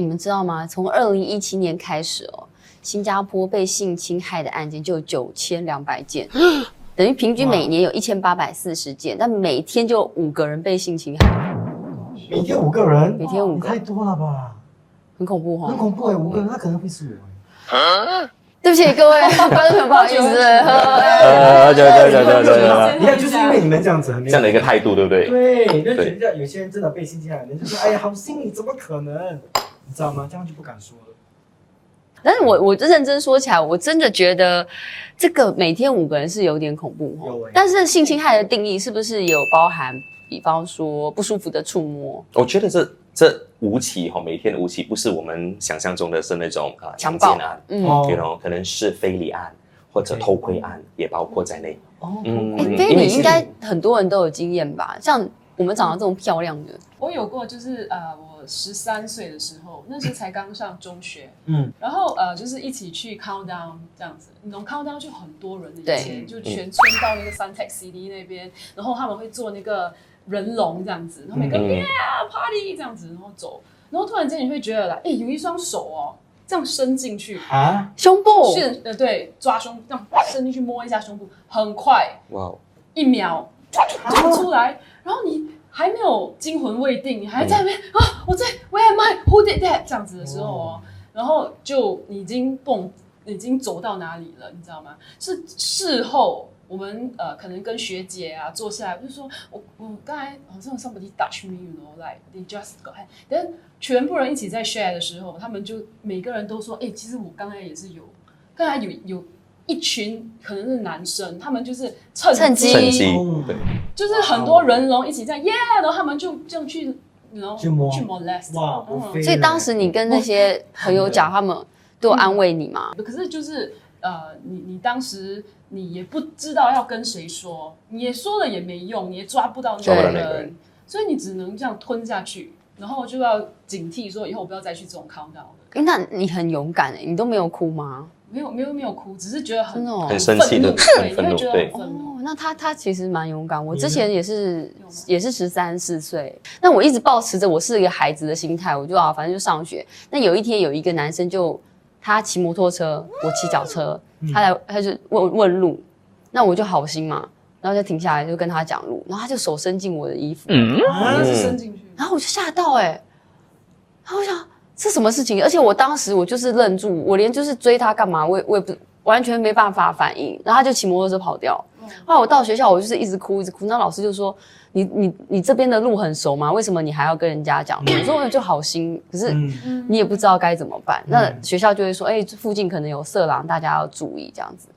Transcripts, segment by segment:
们知道吗？从2017年开始哦，新加坡被性侵害的案件就有9200件，等于平均每年有1840件，但每天就有5个人被性侵害。 每天5个人， 每天5个， 太多了吧？ 很恐怖哈， 很恐怖哎，5个人，那可能会是我。 对不起各位观众，不好意思。 你看，就是因为你们这样子， 这样的一个态度，对不对？ 对，就觉得有些人真的被性侵害，人就说：“哎呀，好心你怎么可能？”你知道吗？这样就不敢说了。 但是我认真说起来，我真的觉得这个每天5个人是有点恐怖哦。但是性侵害的定义是不是有包含，比方说不舒服的触摸？ 我觉得这5起每天的5起，不是我们想象中的是那种强奸案，可能是非礼案或者偷窥案也包括在内。 非礼应该很多人都有经验吧？像我们长得这种漂亮的， 我有过，就是我13岁的时候，那时候才刚上中学，然后就是一起去 countdown 这样子，你懂 countdown 就很多人的，以前就全村到那个 Suntec CD 那边，然后他们会做那个人龙这样子，然后每个人party 这样子，然后走，然后突然间你会觉得有一双手哦，这样伸进去啊， 胸部， 对，抓胸，这样伸进去摸一下胸部，很快， 哇 ，1秒就出来，然后你还没有惊魂未定，你还在那边我在 Where am I? Who did that? 这样子的时候哦，然后就你已经走到哪里了，你知道吗？是事后我们可能跟学姐坐下来，就说我刚才好像 somebody touch me, you know, like they just go ahead. 但全部人一起在 share 的时候，他们就每个人都说，其实我刚才也是刚才有一群可能是男生，他们就是趁机， 对， 就是很多人龙一起这样然后他们就这样去molest。 哇， 所以当时你跟那些朋友讲，他们都有安慰你吗？ 可是就是你当时你也不知道要跟谁说，你也说了也没用，你也抓不到那个人，所以你只能这样吞下去，然后就要警惕说以后不要再去这种 countdown 了。 那你很勇敢你都没有哭吗？ 没有哭，只是觉得很生气的， 很愤怒，对。 那他其实蛮勇敢。我之前也是13、14岁，那我一直抱持着我是一个孩子的心态，我就反正就上学。那有一天有一个男生他骑摩托车，我骑脚车，他就问路，那我就好心嘛，然后就停下来就跟他讲路，然后他就手伸进我的衣服， 是伸进去， 然后我就吓到然后我想。是什么事情？而且我当时我就是愣住，我连就是追他干嘛，我也不完全没办法反应，然后他就骑摩托车跑掉。后来我到学校，我就是一直哭，那老师就说：“你这边的路很熟吗？为什么你还要跟人家讲？”我说：“我就好心，可是你也不知道该怎么办。”那学校就会说：“附近可能有色狼，大家要注意这样子。”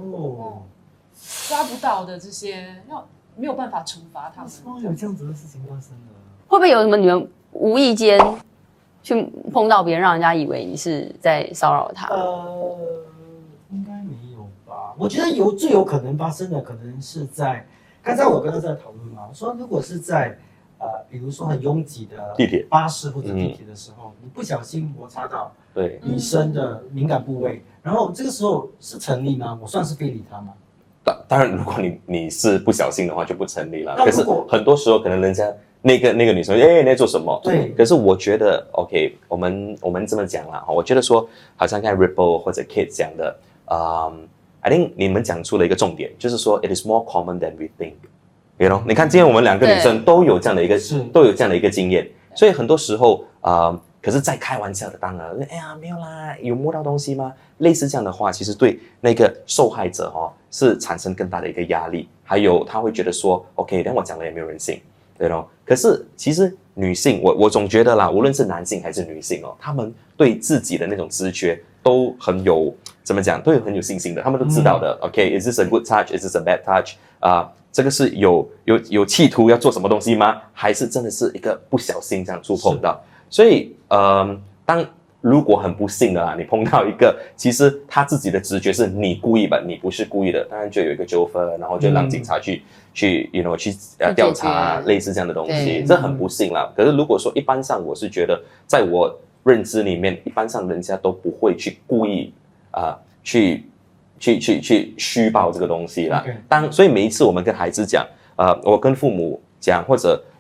抓不到的这些，没有办法惩罚他们。 有这样子的事情发生了， 会不会有什么你们无意间？去碰到别人，让人家以为你是在骚扰他。 应该没有吧？我觉得最有可能发生的，可能是在刚才我跟他在讨论嘛，我说如果是在比如说很拥挤的地铁、 巴士或者地铁的时候，你不小心摩擦到女生的敏感部位，然后这个时候是成立吗？我算是非礼他吗？ 当然，如果你是不小心的话，就不成立了。可是很多时候可能人家。那个女生，你在做什么？ 对。 可是我觉得 ，OK， 我们这么讲啦，我觉得说，好像刚才 Ripple 或者 Kate 讲的，I think 你们讲出了一个重点，就是说 ，it is more common than we think。You know， 你看今天我们2个女生都有这样的一个经验，所以很多时候可是在开玩笑的，当然，没有啦，有摸到东西吗？类似这样的话，其实对那个受害者是产生更大的一个压力，还有他会觉得说 ，OK， 但我讲了也没有人信。对咯，可是其实女性，我总觉得啦，无论是男性还是女性他们对自己的那种直觉都很有怎么讲，都很有信心的，他们都知道的。OK，is this a good touch? Is this a bad touch? 这个是有企图要做什么东西吗？还是真的是一个不小心这样触碰到？所以如果很不幸的啦，你碰到一个其实他自己的直觉是你故意吧，你不是故意的，当然就有一个纠纷，然后就让警察去调查类似这样的东西，这很不幸啦。可是如果说一般上，我是觉得在我认知里面，一般上人家都不会去故意去虚报这个东西啦。所以每一次我们跟孩子讲，我跟父母讲，或者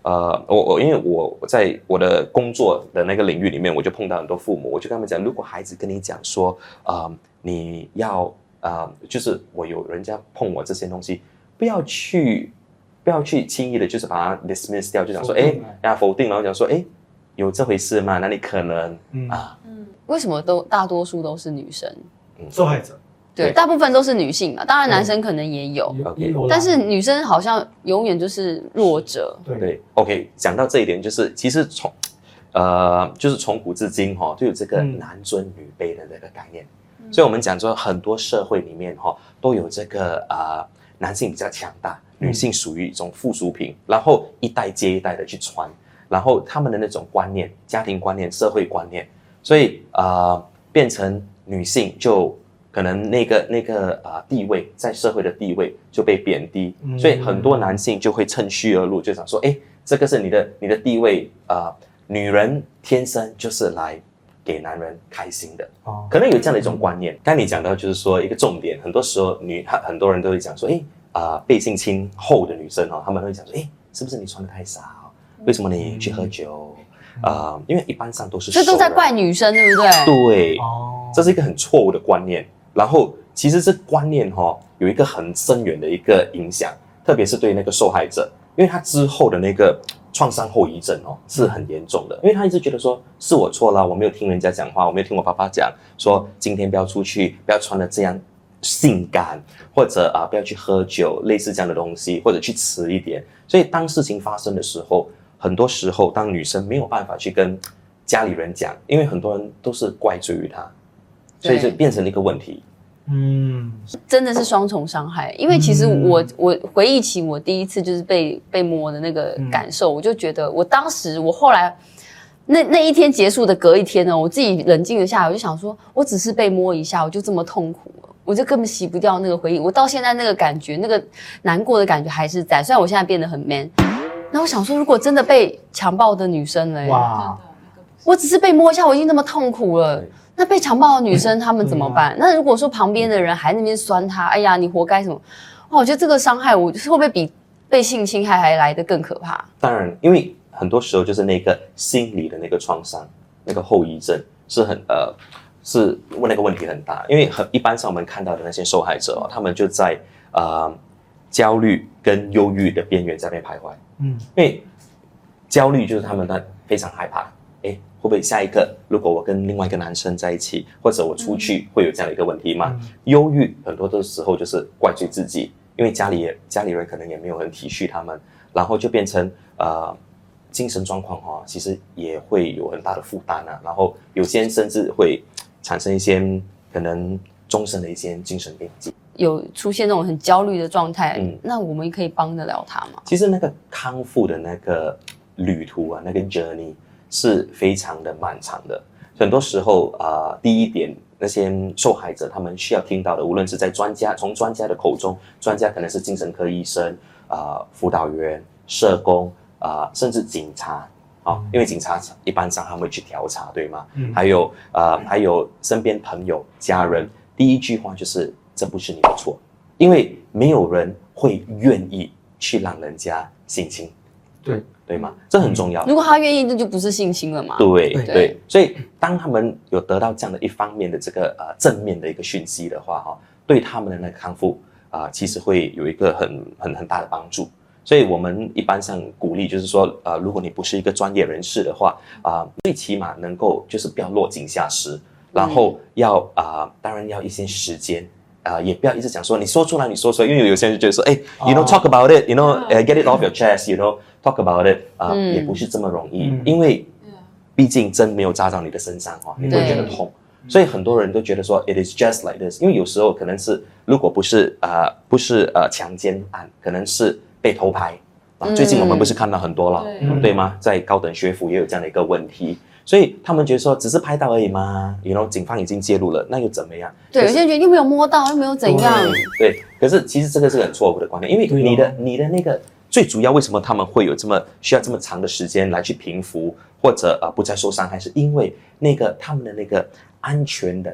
因为我在我的工作的那个领域里面，我就碰到很多父母，我就跟他们讲，如果孩子跟你讲说，你要就是我有人家碰我这些东西，不要去轻易的，就是把它 dismiss 掉，就讲说，否定，然后讲说，有这回事吗？哪里可能为什么大多数都是女生？ 受害者。 对，大部分都是女性嘛，当然男生可能也有，但是女生好像永远就是弱者。 对 ，OK， 讲到这一点，就是其实就是从古至今就有这个男尊女卑的这个概念，所以我们讲说很多社会里面都有这个男性比较强大，女性属于一种附属品，然后一代接一代的去传，然后他们的那种观念、家庭观念、社会观念，所以变成女性就可能那个地位在社会的地位就被贬低，所以很多男性就会趁虚而入，就想说，这个是你的地位女人天生就是来给男人开心的，可能有这样的一种观念。刚才你讲到就是说一个重点，很多时候很多人都会讲说，被性侵后的女生他们会讲说，是不是你穿得太少？为什么你去喝酒？因为一般上都是这都在怪女生，对不对？ 对，这是一个很错误的观念。然后其实这观念有一个很深远的一个影响，特别是对那个受害者，因为他之后的那个创伤后遗症是很严重的，因为他一直觉得说是我错了，我没有听人家讲话，我没有听我爸爸讲说今天不要出去，不要穿得这样性感，或者不要去喝酒，类似这样的东西，或者去迟一点。所以当事情发生的时候，很多时候当女生没有办法去跟家里人讲，因为很多人都是怪罪于她，所以就变成了一个问题。 真的是双重伤害。因为其实我回忆起我第一次就是被摸的那个感受，我就觉得我后来那一天结束的隔一天呢，我自己冷静了下来，我就想说，我只是被摸一下，我就这么痛苦了，我就根本洗不掉那个回忆。我到现在那个感觉，那个难过的感觉还是在，虽然我现在变得很 man。那我想说，如果真的被强暴的女生了，哇，我只是被摸一下，我已经那么痛苦了。那被强暴的女生她们怎么办？那如果说旁边的人还在那边酸她，哎呀，你活该什么？哇，我觉得这个伤害，我就是会不会比被性侵害还来得更可怕？ 当然，因为很多时候就是那个心理的那个创伤，那个后遗症是是那个问题很大。因为一般上我们看到的那些受害者他们就在焦虑跟忧郁的边缘在那边徘徊。因为焦虑就是他们非常害怕。会不会下一个如果我跟另外一个男生在一起，或者我出去会有这样的一个问题吗？忧郁很多的时候就是怪罪自己，因为家里人可能也没有很体恤他们，然后就变成精神状况其实也会有很大的负担然后有些人甚至会产生一些可能终身的一些精神病疾。 有出现那种很焦虑的状态，那我们可以帮得了他吗？ 其实那个康复的那个旅途那个 journey是非常的漫长的，很多时候第一点，那些受害者他们需要听到的，无论是在从专家的口中，专家可能是精神科医生、辅导员、社工甚至警察因为警察一般上他们会去调查，对吗？还有身边朋友、家人，第一句话就是这不是你的错，因为没有人会愿意去让人家性侵。对吗？这很重要。 如果他愿意，那就不是性侵了嘛。 对，所以当他们有得到这样的一方面的这个正面的一个讯息的话对他们的那个康复其实会有一个很大的帮助。所以我们一般上鼓励就是说如果你不是一个专业人士的话最起码能够就是不要落井下石，然后要当然要一些时间。也不要一直讲说你说出来，因为有些人就觉得说you know talk about it, you know get it off your chest, you know talk about it 也不是这么容易，因为毕竟针没有扎到你的身上你会觉得痛，所以很多人都觉得说 it is just like this， 因为有时候可能是如果不是强奸案，可能是被偷拍最近我们不是看到很多了，对吗？在高等学府也有这样的一个问题。所以他们觉得说只是拍到而已嘛警方已经介入了，那又怎么样？ 对，有些人觉得又没有摸到，又没有怎样。 对，可是其实这个是很错误的观念，因为你的那个最主要为什么他们会有需要这么长的时间来去平复或者不再受伤害，是因为他们的那个安全的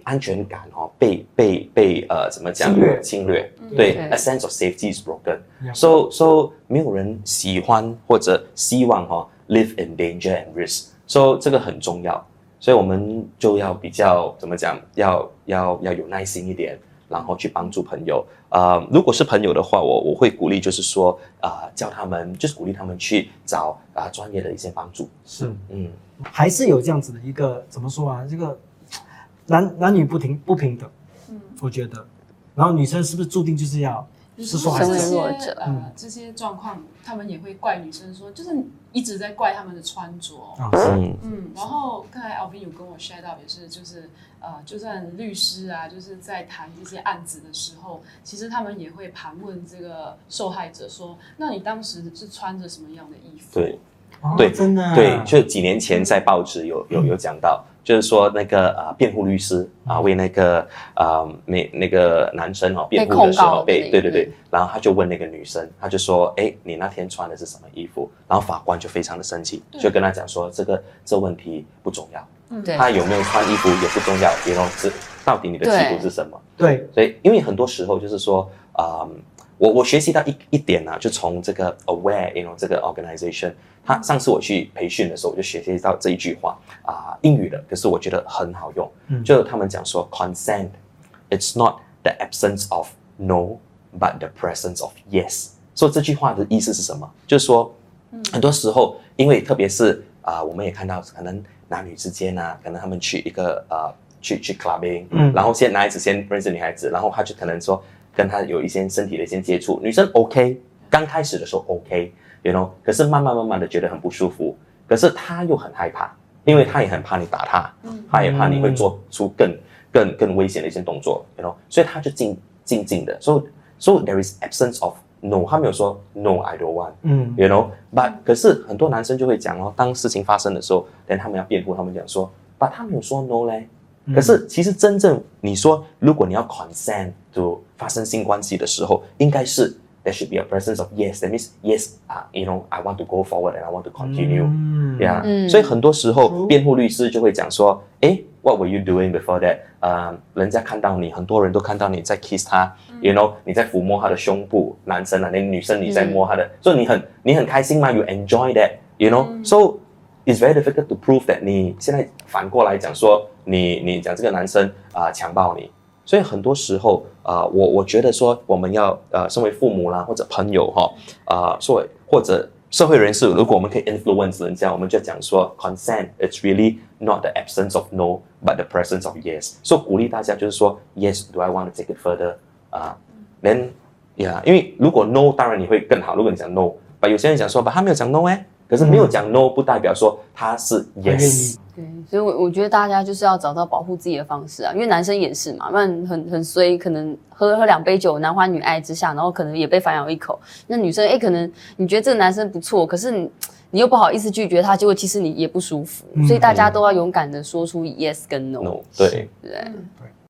安全感被怎么讲侵略，对对 ，a sense of safety is broken。 Yeah. So 没有人喜欢或者希望live in danger and risk。So 这个很重要，所以我们就要比较怎么讲，要有耐心一点，然后去帮助朋友。如果是朋友的话，我会鼓励，就是说教他们，就是鼓励他们去找专业的一些帮助。 是，还是有这样子的一个怎么说啊？这个男女不平等，我觉得。然后女生是不是注定就是要是说还身为是弱者这些状况，他们也会怪女生说，就是一直在怪他们的穿着。然后刚才 Alvin 有跟我 share 到，也是就是就算律师啊，就是在谈这些案子的时候，其实他们也会盘问这个受害者说，那你当时是穿着什么样的衣服？ 对。 对，真的对，就几年前在报纸有讲到，就是说那个辩护律师为那个那个男生辩护的时候对，然后他就问那个女生，他就说，你那天穿的是什么衣服？然后法官就非常的生气，就跟他讲说，这问题不重要，他有没有穿衣服也不重要，到底你的企图是什么？ 对， 所以因为很多时候就是说，我学习到一点就从这个 Aware， 这个 organization， 上次我去培训的时候，我就学习到这一句话英语的，可是我觉得很好用，就他们讲说 consent it's not the absence of no but the presence of yes。 所以这句话的意思是什么？就是说很多时候，因为特别是我们也看到可能男女之间可能他们去一个去 clubbing， 然后男孩子先认识女孩子，然后他就可能说跟他有一些身体的一些接触，女生 OK， 刚开始的时候 OK， 可是慢慢的觉得很不舒服，可是他又很害怕，因为他也很怕你打他，他也怕你会做出更危险的一些动作，所以他就静的 ，so there is absence of no， 他没有说 no I don't want，but 可是很多男生就会讲当事情发生的时候，但他们要辩护，他们讲说，but 他没有说 no 嘞。可是其实真正你说，如果你要 consent to 发生性关系的时候，应该是 there should be a presence of yes. That means yes, I want to go forward and I want to continue. Yeah. 所以很多时候辩护律师就会讲说，what were you doing before that? 人家看到你，很多人都看到你在 kiss 他你在抚摸他的胸部，男生那女生你在摸他的，所以你很开心吗 ？You enjoy that, So it's very difficult to prove that 你现在反过来讲说。你讲这个男生强暴你，所以很多时候我觉得说我们要身为父母啦或者朋友或者社会人士，如果我们可以 influence 人家，我们就讲说 consent it's really not the absence of no but the presence of yes， 所以鼓励大家就是说 yes do I want to take it further then yeah， 因为如果 no 当然你会更好，如果你讲 no， but 有些人讲说他没有讲 no 可是没有讲 no 不代表说他是 yes。 对，所以我觉得大家就是要找到保护自己的方式因为男生也是嘛，不然很衰，可能喝2杯酒，男欢女爱之下，然后可能也被反咬一口。那女生可能你觉得这个男生不错，可是你又不好意思拒绝他，结果其实你也不舒服，所以大家都要勇敢的说出 yes 跟 no。 对。 对。